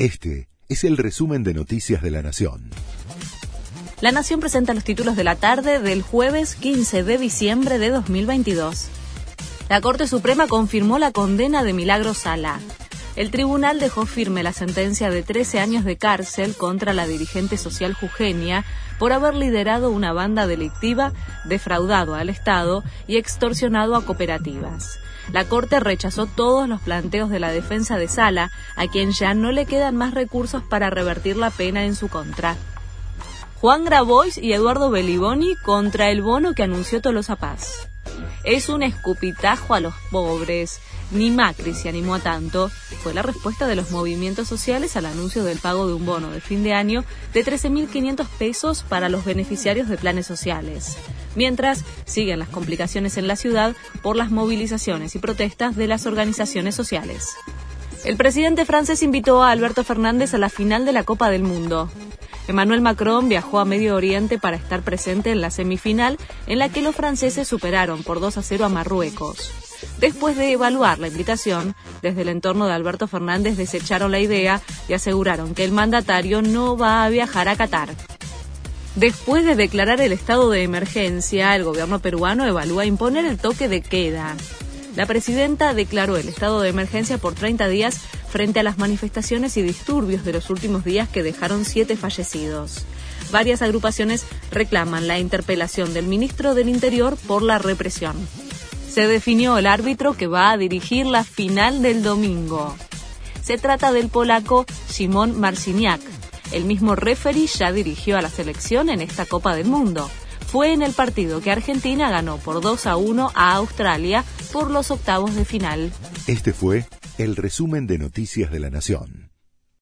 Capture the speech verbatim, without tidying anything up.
Este es el resumen de Noticias de la Nación. La Nación presenta los títulos de la tarde del jueves quince de diciembre de dos mil veintidós. La Corte Suprema confirmó la condena de Milagro Sala. El tribunal dejó firme la sentencia de trece años de cárcel contra la dirigente social jujeña por haber liderado una banda delictiva, defraudado al Estado y extorsionado a cooperativas. La Corte rechazó todos los planteos de la defensa de Sala, a quien ya no le quedan más recursos para revertir la pena en su contra. Juan Grabois y Eduardo Beliboni contra el bono que anunció Tolosa Paz. Es un escupitajo a los pobres. Ni Macri se animó a tanto, fue la respuesta de los movimientos sociales al anuncio del pago de un bono de fin de año de trece mil quinientos pesos para los beneficiarios de planes sociales. Mientras, siguen las complicaciones en la ciudad por las movilizaciones y protestas de las organizaciones sociales. El presidente francés invitó a Alberto Fernández a la final de la Copa del Mundo. Emmanuel Macron viajó a Medio Oriente para estar presente en la semifinal en la que los franceses superaron por dos a cero a Marruecos. Después de evaluar la invitación, desde el entorno de Alberto Fernández desecharon la idea y aseguraron que el mandatario no va a viajar a Qatar. Después de declarar el estado de emergencia, el gobierno peruano evalúa imponer el toque de queda. La presidenta declaró el estado de emergencia por treinta días frente a las manifestaciones y disturbios de los últimos días que dejaron siete fallecidos. Varias agrupaciones reclaman la interpelación del ministro del Interior por la represión. Se definió el árbitro que va a dirigir la final del domingo. Se trata del polaco Szymon Marciniak. El mismo referee ya dirigió a la selección en esta Copa del Mundo. Fue en el partido que Argentina ganó por dos a uno a Australia por los octavos de final. Este fue el resumen de Noticias de la Nación.